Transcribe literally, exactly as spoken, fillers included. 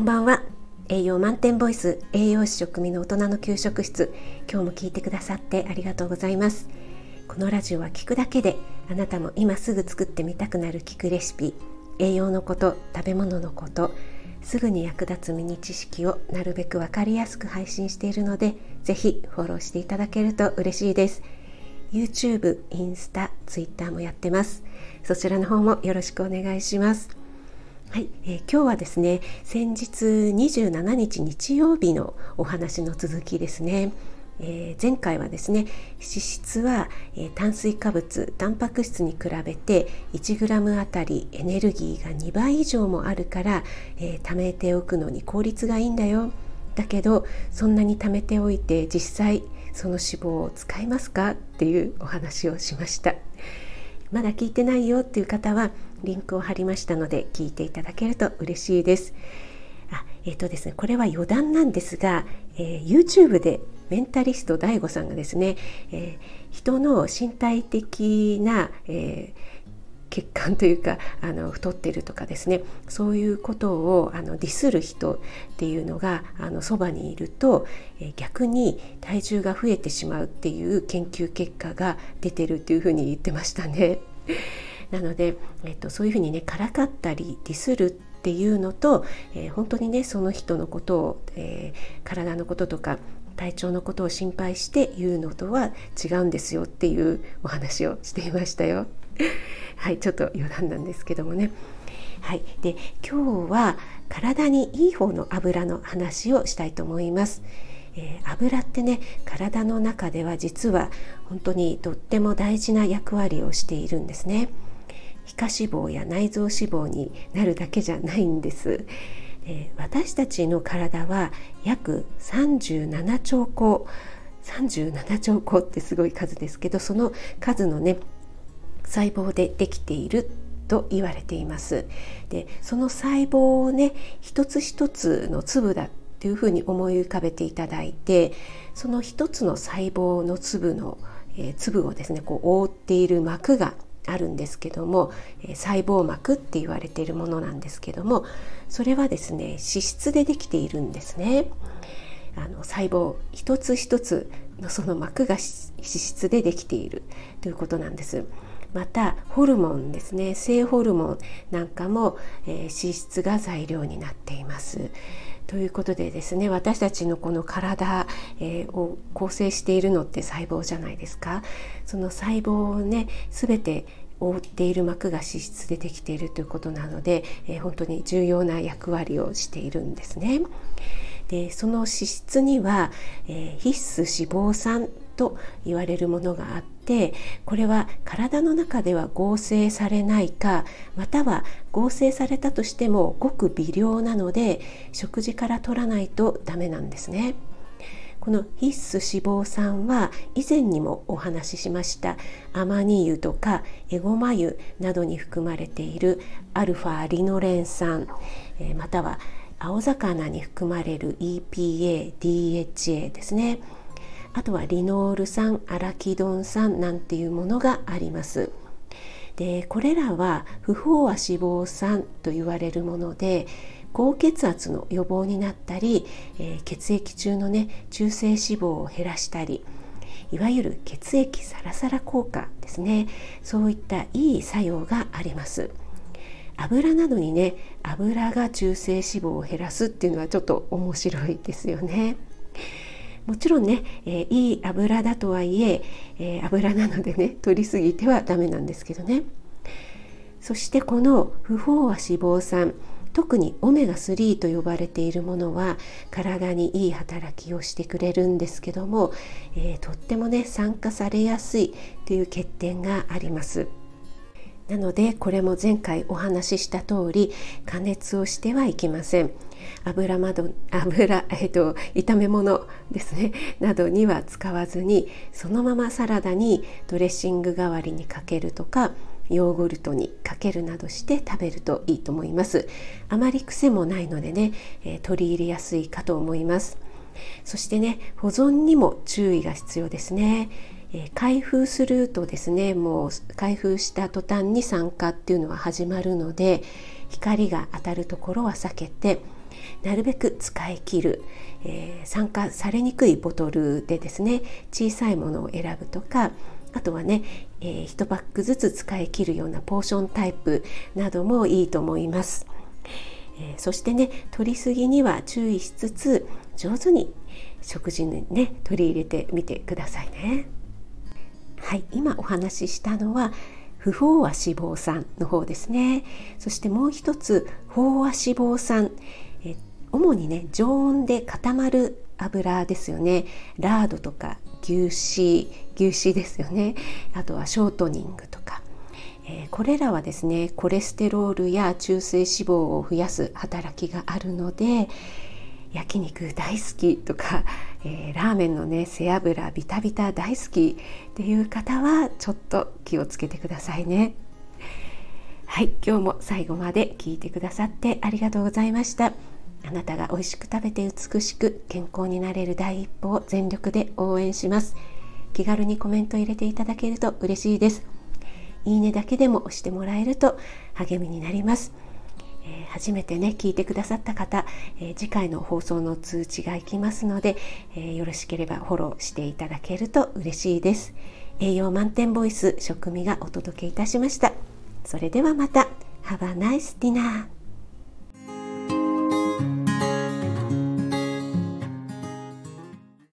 ばんは。栄養満点ボイス、栄養士食味の大人の給食室。今日も聞いてくださってありがとうございます。このラジオは聞くだけであなたも今すぐ作ってみたくなる聞くレシピ、栄養のこと、食べ物のこと、すぐに役立つミニ知識をなるべくわかりやすく配信しているので、ぜひフォローしていただけると嬉しいです。 YouTube、インスタ、Twitter もやってます。そちらの方もよろしくお願いします。はい、えー、今日はですね、先日にじゅうしちにち日曜日のお話の続きですね。えー、前回はですね、脂質は、えー、炭水化物、タンパク質に比べて いちグラム あたりエネルギーがにばい以上もあるから、えー、貯めておくのに効率がいいんだよ。だけどそんなに貯めておいて実際その脂肪を使いますかっていうお話をしました。まだ聞いてないよっていう方はリンクを貼りましたので聞いていただけると嬉しいです。あ、えーとですね、これは余談なんですが、えー、YouTube でメンタリスト ダイゴ さんがですね、えー、人の身体的な、えー血管というかあの太ってるとかですね、そういうことをあのディスる人っていうのがあのそばにいると、えー、逆に体重が増えてしまうっていう研究結果が出てるっていうふうに言ってましたね。なので、えっと、そういうふうにねからかったりディスるっていうのと、えー、本当にねその人のことを、えー、体のこととか体調のことを心配して言うのとは違うんですよっていうお話をしていましたよ。はい、ちょっと余談なんですけどもね。はい、で今日は体にいい方の油の話をしたいと思います。えー、油ってね、体の中では実は本当にとっても大事な役割をしているんですね。皮下脂肪や内臓脂肪になるだけじゃないんです。えー、私たちの体は約さんじゅうななちょうこう、さんじゅうななちょうこうってすごい数ですけど、その数のね細胞でできていると言われています。で、その細胞をね一つ一つの粒だっていうふうに思い浮かべていただいて、その一つの細胞の粒の、えー、粒をですねこう覆っている膜があるんですけども、えー、細胞膜って言われているものなんですけども、それはですね脂質でできているんですね。あの細胞一つ一つのその膜が脂質でできているということなんです。またホルモンですね、性ホルモンなんかも、えー、脂質が材料になっています。ということでですね、私たちのこの体、えー、を構成しているのって細胞じゃないですか。その細胞をね全て覆っている膜が脂質でできているということなので、えー、本当に重要な役割をしているんですね。でその脂質には、えー、必須脂肪酸と言われるものがあって、これは体の中では合成されないか、または合成されたとしてもごく微量なので食事から取らないとダメなんですね。この必須脂肪酸は以前にもお話ししましたアマニ油とかエゴマ油などに含まれているアルファリノレン酸、えー、または青魚に含まれる イーピーエー、ディーエイチエー ですね。あとはリノール酸、アラキドン酸なんていうものがあります。で、これらは不飽和脂肪酸と言われるもので、高血圧の予防になったり、えー、血液中のね中性脂肪を減らしたり、いわゆる血液サラサラ効果ですね。そういったいい作用があります。油などにね油が中性脂肪を減らすっていうのはちょっと面白いですよね。もちろんね、えー、いい油だとはいええー、油なのでね取りすぎてはダメなんですけどね。そしてこの不飽和脂肪酸、特にオメガスリーと呼ばれているものは体にいい働きをしてくれるんですけども、えー、とってもね酸化されやすいという欠点があります。なのでこれも前回お話しした通り加熱をしてはいけません。油まど油、えっと、炒め物ですねなどには使わずに、そのままサラダにドレッシング代わりにかけるとかヨーグルトにかけるなどして食べるといいと思います。あまり癖もないのでね、えー、取り入れやすいかと思います。そしてね保存にも注意が必要ですね。えー、開封するとですね、もう開封した途端に酸化っていうのは始まるので、光が当たるところは避けて、 なるべく使い切る、えー、酸化されにくいボトルでですね、小さいものを選ぶとか、あとはね、えー、いちパックずつ使い切るようなポーションタイプなどもいいと思います。えー、そしてね、摂りすぎには注意しつつ、上手に食事にね取り入れてみてくださいね。はい、今お話ししたのは不飽和脂肪酸の方ですね。そしてもう一つ飽和脂肪酸、え主にね常温で固まる油ですよね。ラードとか牛脂牛脂ですよね。あとはショートニングとか、えー、これらはですねコレステロールや中性脂肪を増やす働きがあるので、焼肉大好きとか、えー、ラーメンのね背脂ビタビタ大好きっていう方はちょっと気をつけてくださいね。はい、今日も最後まで聞いてくださってありがとうございました。あなたが美味しく食べて美しく健康になれる第一歩を全力で応援します。気軽にコメント入れていただけると嬉しいです。いいねだけでも押してもらえると励みになります。えー、初めてね聞いてくださった方、えー、次回の放送の通知がいきますので、えー、よろしければフォローしていただけると嬉しいです。栄養満点ボイス食味がお届けいたしました。それではまた。Have a nice dinner!